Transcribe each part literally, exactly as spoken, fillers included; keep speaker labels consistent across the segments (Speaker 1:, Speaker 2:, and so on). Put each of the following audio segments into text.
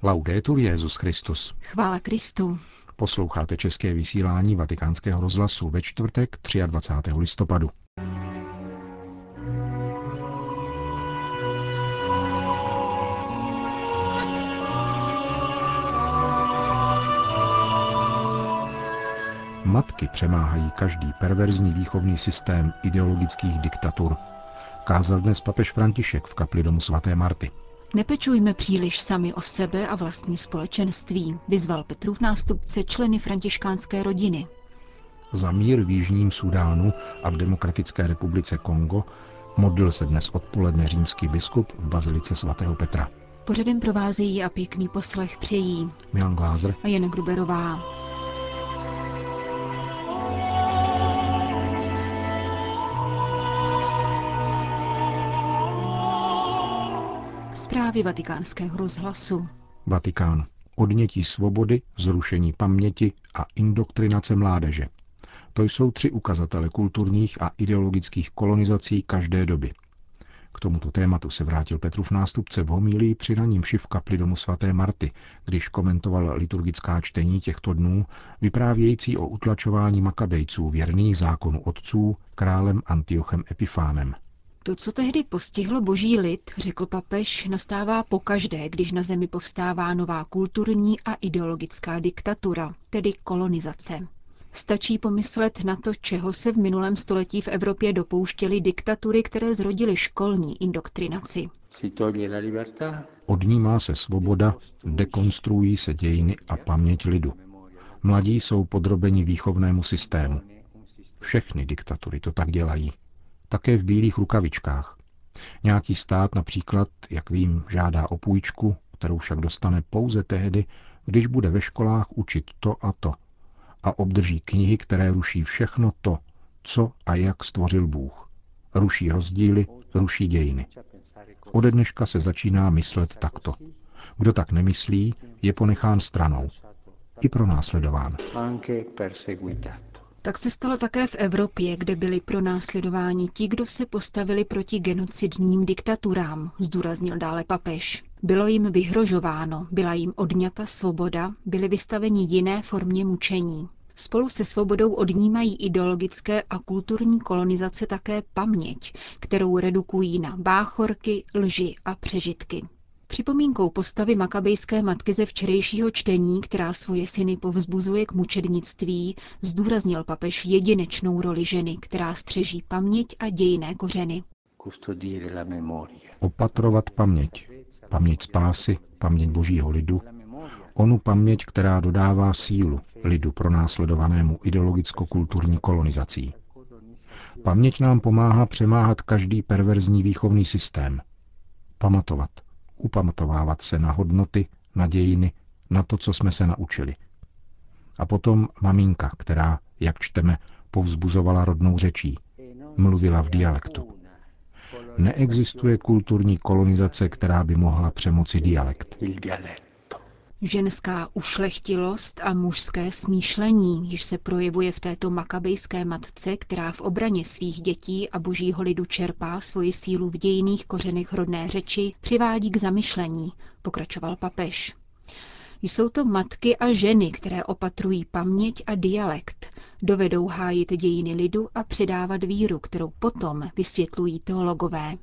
Speaker 1: Laudetur Jesus Christus.
Speaker 2: Chvála Kristu.
Speaker 1: Posloucháte české vysílání Vatikánského rozhlasu ve čtvrtek dvacátého třetího listopadu. Matky přemáhají každý perverzní výchovný systém ideologických diktatur, kázal dnes papež František v kapli domu svaté Marty.
Speaker 2: Nepečujme příliš sami o sebe a vlastní společenství, vyzval Petrův nástupce členy františkánské rodiny.
Speaker 1: Za mír v Jižním Súdánu a v Demokratické republice Kongo modlil se dnes odpoledne římský biskup v bazilice svatého Petra.
Speaker 2: Pořadem provázejí a pěkný poslech přejí
Speaker 1: Milan Glázer
Speaker 2: a Jana Gruberová. Zprávy Vatikánského rozhlasu.
Speaker 1: Vatikán. Odnětí svobody, zrušení paměti a indoktrinace mládeže. To jsou tři ukazatele kulturních a ideologických kolonizací každé doby. K tomuto tématu se vrátil Petrův nástupce v homílii při ranní mši v kapli domu svaté Marty, když komentoval liturgická čtení těchto dnů, vyprávějící o utlačování Makabejců věrných zákonu otců králem Antiochem Epifánem.
Speaker 2: To, co tehdy postihlo boží lid, řekl papež, nastává pokaždé, když na zemi povstává nová kulturní a ideologická diktatura, tedy kolonizace. Stačí pomyslet na to, čeho se v minulém století v Evropě dopouštěly diktatury, které zrodily školní indoktrinaci.
Speaker 1: Odnímá se svoboda, dekonstruují se dějiny a paměť lidu. Mladí jsou podrobeni výchovnému systému. Všechny diktatury to tak dělají. Také v bílých rukavičkách. Nějaký stát například, jak vím, žádá o půjčku, kterou však dostane pouze tehdy, když bude ve školách učit to a to. A obdrží knihy, které ruší všechno to, co a jak stvořil Bůh. Ruší rozdíly, ruší dějiny. Ode dneška se začíná myslet takto. Kdo tak nemyslí, je ponechán stranou. I pronásledován.
Speaker 2: Tak se stalo také v Evropě, kde byli pronásledováni ti, kdo se postavili proti genocidním diktaturám, zdůraznil dále papež. Bylo jim vyhrožováno, byla jim odňata svoboda, byli vystaveni jiné formě mučení. Spolu se svobodou odnímají ideologické a kulturní kolonizace také paměť, kterou redukují na báchorky, lži a přežitky. Připomínkou postavy makabejské matky ze včerejšího čtení, která svoje syny povzbuzuje k mučednictví, zdůraznil papež jedinečnou roli ženy, která střeží paměť a dějinné kořeny.
Speaker 1: Opatrovat paměť. Paměť spásy, paměť božího lidu, onu paměť, která dodává sílu lidu pronásledovanému ideologicko-kulturní kolonizací. Paměť nám pomáhá přemáhat každý perverzní výchovný systém. Pamatovat. Upamatovávat se na hodnoty, na dějiny, na to, co jsme se naučili. A potom maminka, která, jak čteme, povzbuzovala rodnou řečí, mluvila v dialektu. Neexistuje kulturní kolonizace, která by mohla přemoci dialekt.
Speaker 2: Ženská ušlechtilost a mužské smýšlení, již se projevuje v této makabejské matce, která v obraně svých dětí a božího lidu čerpá svoji sílu v dějinných kořenech rodné řeči, přivádí k zamyšlení, pokračoval papež. Jsou to matky a ženy, které opatrují paměť a dialekt, dovedou hájit dějiny lidu a předávat víru, kterou potom vysvětlují teologové.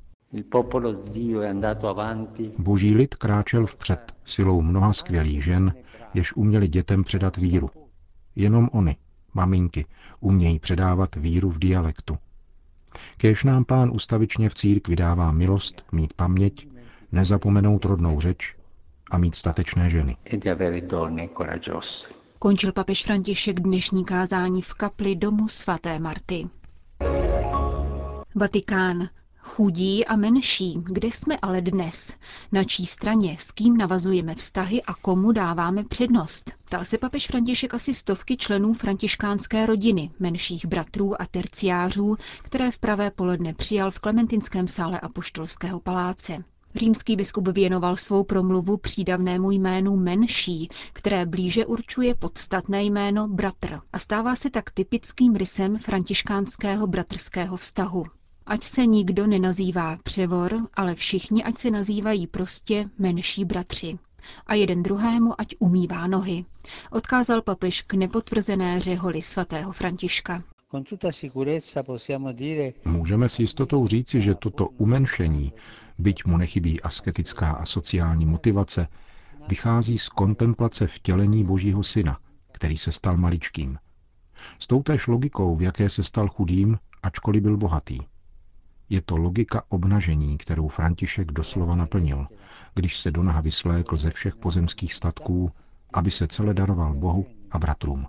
Speaker 1: Boží lid kráčel vpřed silou mnoha skvělých žen, jež uměli dětem předat víru. Jenom oni, maminky, umějí předávat víru v dialektu. Kéž nám Pán ustavičně v církvi dává milost mít paměť, nezapomenout rodnou řeč a mít statečné ženy.
Speaker 2: Končil papež František dnešní kázání v kapli domu svaté Marty. Vatikán. Chudí a menší, kde jsme ale dnes? Na čí straně, s kým navazujeme vztahy a komu dáváme přednost? Ptal se papež František asi stovky členů františkánské rodiny, menších bratrů a terciářů, které v pravé poledne přijal v Klementinském sále Apoštolského paláce. Římský biskup věnoval svou promluvu přídavnému jménu menší, které blíže určuje podstatné jméno bratr a stává se tak typickým rysem františkánského bratrského vztahu. Ať se nikdo nenazývá převor, ale všichni ať se nazývají prostě menší bratři. a jeden druhému ať umývá nohy, odkázal papež k nepotvrzené řeholi svatého Františka.
Speaker 1: Můžeme s jistotou říci, že toto umenšení, byť mu nechybí asketická a sociální motivace, vychází z kontemplace vtělení Božího syna, který se stal maličkým. S toutéž logikou, v jaké se stal chudým, ačkoliv byl bohatý. Je to logika obnažení, kterou František doslova naplnil, když se donaha vysvlékl ze všech pozemských statků, aby se celé daroval Bohu a bratrům.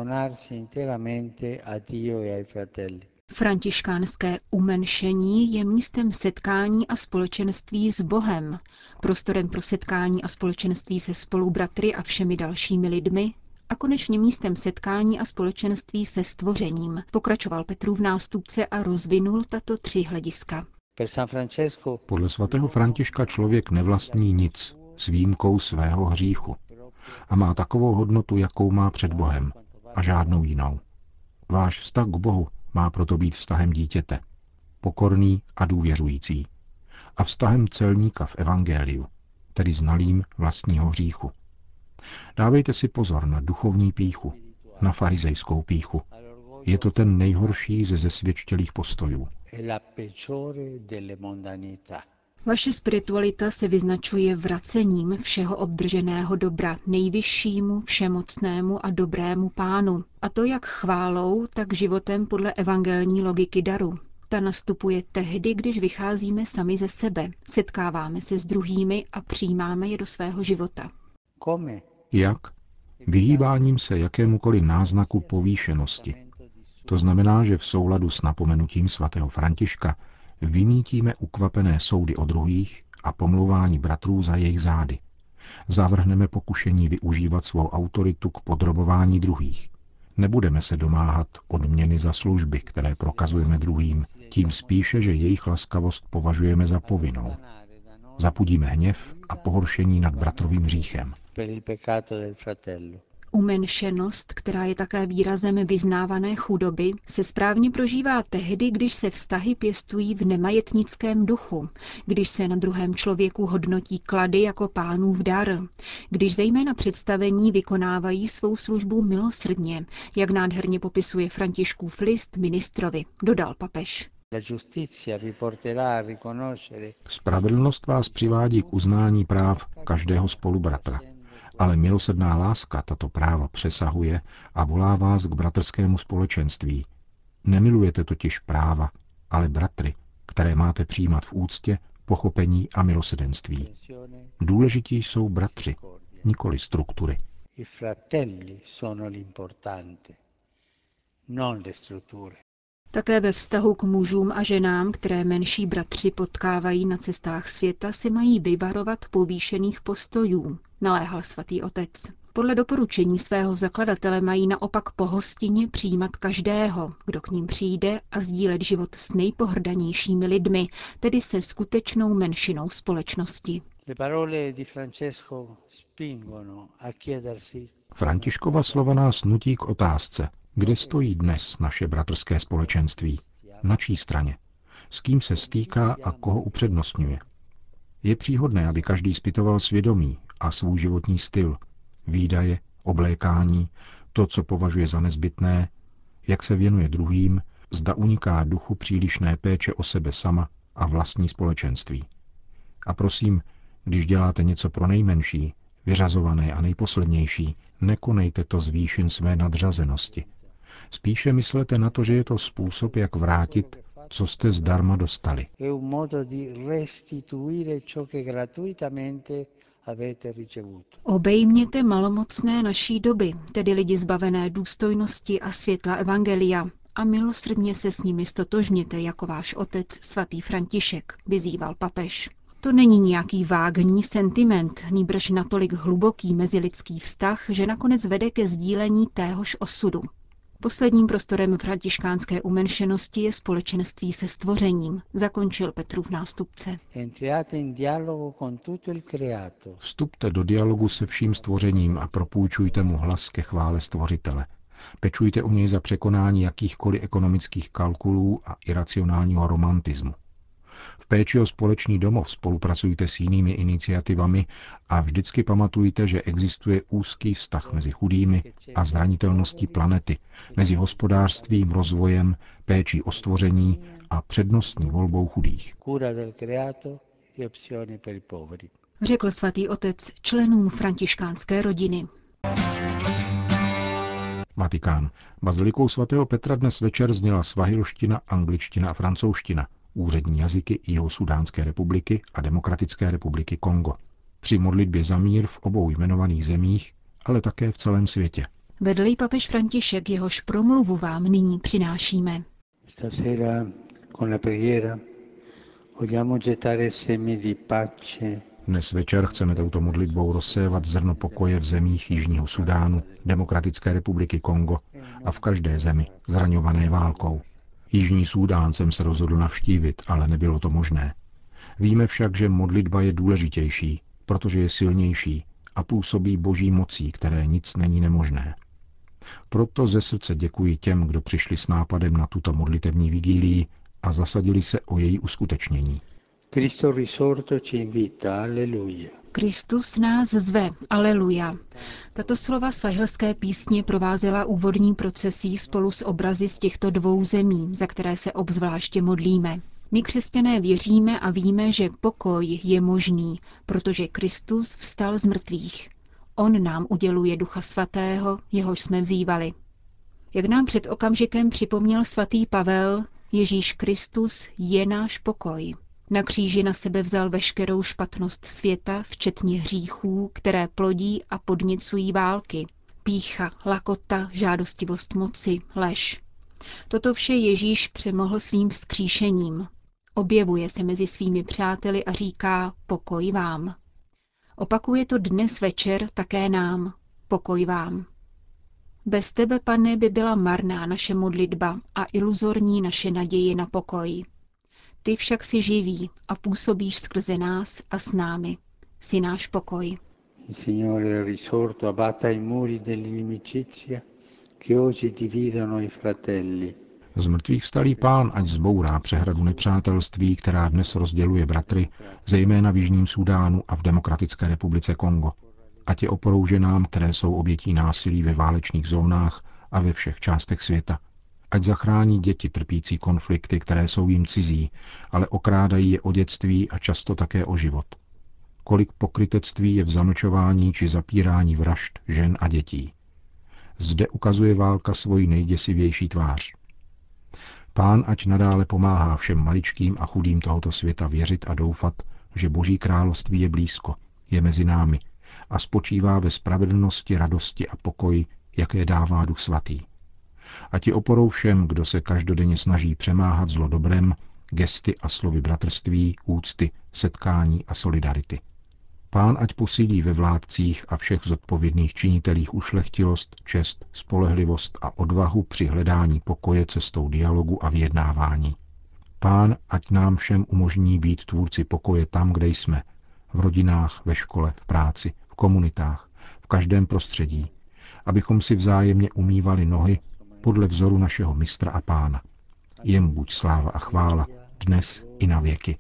Speaker 2: Františkánské umenšení je místem setkání a společenství s Bohem, prostorem pro setkání a společenství se spolubratry a všemi dalšími lidmi a konečně místem setkání a společenství se stvořením, pokračoval Petrův nástupce a rozvinul tato tři hlediska.
Speaker 1: Podle svatého Františka člověk nevlastní nic s výjimkou svého hříchu a má takovou hodnotu, jakou má před Bohem a žádnou jinou. Váš vztah k Bohu má proto být vztahem dítěte, pokorný a důvěřující, a vztahem celníka v evangeliu, tedy znalým vlastního hříchu. Dávejte si pozor na duchovní pýchu, na farizejskou pýchu. Je to ten nejhorší ze zesvědčilých postojů.
Speaker 2: Vaše spiritualita se vyznačuje vracením všeho obdrženého dobra nejvyššímu, všemocnému a dobrému Pánu, a to jak chválou, tak životem podle evangelní logiky daru. Ta nastupuje tehdy, když vycházíme sami ze sebe, setkáváme se s druhými a přijímáme je do svého života.
Speaker 1: Jak? Vyhýbáním se jakémukoliv náznaku povýšenosti. To znamená, že v souladu s napomenutím svatého Františka vymítíme ukvapené soudy o druhých a pomlouvání bratrů za jejich zády. Zavrhneme pokušení využívat svou autoritu k podrobování druhých. Nebudeme se domáhat odměny za služby, které prokazujeme druhým, tím spíše, že jejich laskavost považujeme za povinnou. Zapudíme hněv a pohoršení nad bratrovým hříchem.
Speaker 2: Umenšenost, která je také výrazem vyznávané chudoby, se správně prožívá tehdy, když se vztahy pěstují v nemajetnickém duchu, když se na druhém člověku hodnotí klady jako Pánův dar, když zejména představení vykonávají svou službu milosrdně, jak nádherně popisuje Františkův list ministrovi, dodal papež.
Speaker 1: Spravedlnost vás přivádí k uznání práv každého spolubratra, ale milosrdná láska tato práva přesahuje a volá vás k bratrskému společenství. Nemilujete totiž práva, ale bratry, které máte přijímat v úctě, pochopení a milosrdenství. Důležití jsou bratři, nikoli struktury.
Speaker 2: Také ve vztahu k mužům a ženám, které menší bratři potkávají na cestách světa, si mají vyvarovat povýšených postojů, naléhal svatý otec. Podle doporučení svého zakladatele mají naopak pohostinně přijímat každého, kdo k ním přijde, a sdílet život s nejpohrdanějšími lidmi, tedy se skutečnou menšinou společnosti.
Speaker 1: Františkova slova nás nutí k otázce, kde stojí dnes naše bratrské společenství, na čí straně, s kým se stýká a koho upřednostňuje. Je příhodné, aby každý zpytoval svědomí a svůj životní styl, výdaje, oblékání, to, co považuje za nezbytné, jak se věnuje druhým, zda uniká duchu přílišné péče o sebe sama a vlastní společenství. A prosím, když děláte něco pro nejmenší, vyřazované a nejposlednější, nekonejte to z výšin své nadřazenosti. Spíše myslete na to, že je to způsob, jak vrátit, co jste zdarma dostali.
Speaker 2: Obejměte malomocné naší doby, tedy lidi zbavené důstojnosti a světla evangelia, a milosrdně se s nimi stotožněte jako váš otec svatý František, vyzýval papež. To není nějaký vágní sentiment, nýbrž natolik hluboký mezilidský vztah, že nakonec vede ke sdílení téhož osudu. Posledním prostorem františkánské umenšenosti je společenství se stvořením, zakončil Petrův nástupce.
Speaker 1: Vstupte do dialogu se vším stvořením a propůjčujte mu hlas ke chvále Stvořitele. Pečujte o něj za překonání jakýchkoliv ekonomických kalkulů a iracionálního romantismu. V péči o společný domov spolupracujte s jinými iniciativami a vždycky pamatujte, že existuje úzký vztah mezi chudými a zranitelností planety, mezi hospodářstvím, rozvojem, péčí o stvoření a přednostní volbou chudých.
Speaker 2: Řekl svatý otec členům františkánské rodiny.
Speaker 1: Vatikán. Bazilikou svatého Petra dnes večer zněla svahilština, angličtina a francouzština, úřední jazyky Jihosudánské republiky a Demokratické republiky Kongo. Při modlitbě za mír v obou jmenovaných zemích, ale také v celém světě.
Speaker 2: Vedl jí papež František, jehož promluvu vám nyní přinášíme.
Speaker 1: Dnes večer chceme touto modlitbou rozsévat zrno pokoje v zemích Jižního Sudánu, Demokratické republiky Kongo a v každé zemi zraňované válkou. Jižní Súdán jsem se rozhodl navštívit, ale nebylo to možné. Víme však, že modlitba je důležitější, protože je silnější a působí boží mocí, které nic není nemožné. Proto ze srdce děkuji těm, kdo přišli s nápadem na tuto modlitební vigílii a zasadili se o její uskutečnění.
Speaker 2: Kristus nás zve, aleluja. Tato slova svahilské písně provázela úvodní procesí spolu s obrazy z těchto dvou zemí, za které se obzvláště modlíme. My křesťané věříme a víme, že pokoj je možný, protože Kristus vstal z mrtvých. On nám uděluje Ducha Svatého, jehož jsme vzývali. Jak nám před okamžikem připomněl svatý Pavel, Ježíš Kristus je náš pokoj. Na kříži na sebe vzal veškerou špatnost světa, včetně hříchů, které plodí a podněcují války. Pýcha, lakota, žádostivost moci, lež. Toto vše Ježíš přemohl svým vzkříšením. Objevuje se mezi svými přáteli a říká pokoj vám. Opakuje to dnes večer také nám. Pokoj vám. Bez tebe, Pane, by byla marná naše modlitba a iluzorní naše naděje na pokoj. Ty však jsi živý a působíš skrze nás a s námi. Jsi náš pokoj.
Speaker 1: Zmrtvých vstalý Pán ať zbourá přehradu nepřátelství, která dnes rozděluje bratry, zejména v Jižním Súdánu a v Demokratické republice Kongo. Ať je oporou ženám, které jsou obětí násilí ve válečných zónách a ve všech částech světa. Ať zachrání děti trpící konflikty, které jsou jim cizí, ale okrádají je o dětství a často také o život. Kolik pokrytectví je v zamlčování či zapírání vražd žen a dětí. Zde ukazuje válka svoji nejděsivější tvář. Pán ať nadále pomáhá všem maličkým a chudým tohoto světa věřit a doufat, že Boží království je blízko, je mezi námi a spočívá ve spravedlnosti, radosti a pokoji, jaké dává Duch Svatý. Ať je oporou všem, kdo se každodenně snaží přemáhat zlo dobrem, gesty a slovy bratrství, úcty, setkání a solidarity. Pán ať posílí ve vládcích a všech zodpovědných činitelích ušlechtilost, čest, spolehlivost a odvahu při hledání pokoje cestou dialogu a vyjednávání. Pán ať nám všem umožní být tvůrci pokoje tam, kde jsme, v rodinách, ve škole, v práci, v komunitách, v každém prostředí, abychom si vzájemně umývali nohy podle vzoru našeho mistra a Pána. Jemu buď sláva a chvála, dnes i na věky.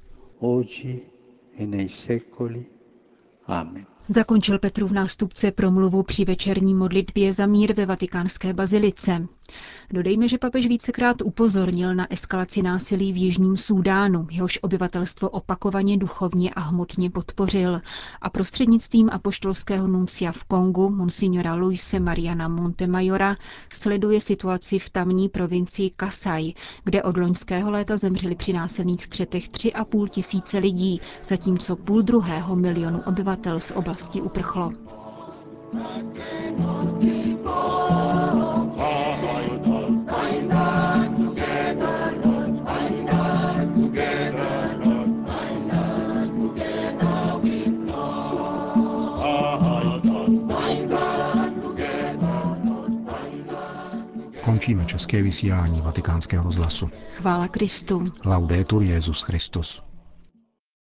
Speaker 2: Amen. Zakončil Petrův nástupce promluvu při večerní modlitbě za mír ve vatikánské bazilice. Dodejme, že papež vícekrát upozornil na eskalaci násilí v Jižním Súdánu, jehož obyvatelstvo opakovaně duchovně a hmotně podpořil a prostřednictvím apoštolského nuncia v Kongu, monsignora Luise Mariana Montemajora, sleduje situaci v tamní provincii Kasai, kde od loňského léta zemřeli při násilných střetech tři a půl tisíce lidí, zatímco půl druhého milionu obyvatel z oblasti uprchlo.
Speaker 1: Končíme české vysílání Vatikánského rozhlasu.
Speaker 2: Chvála Kristu.
Speaker 1: Laudetur Jesus Christus.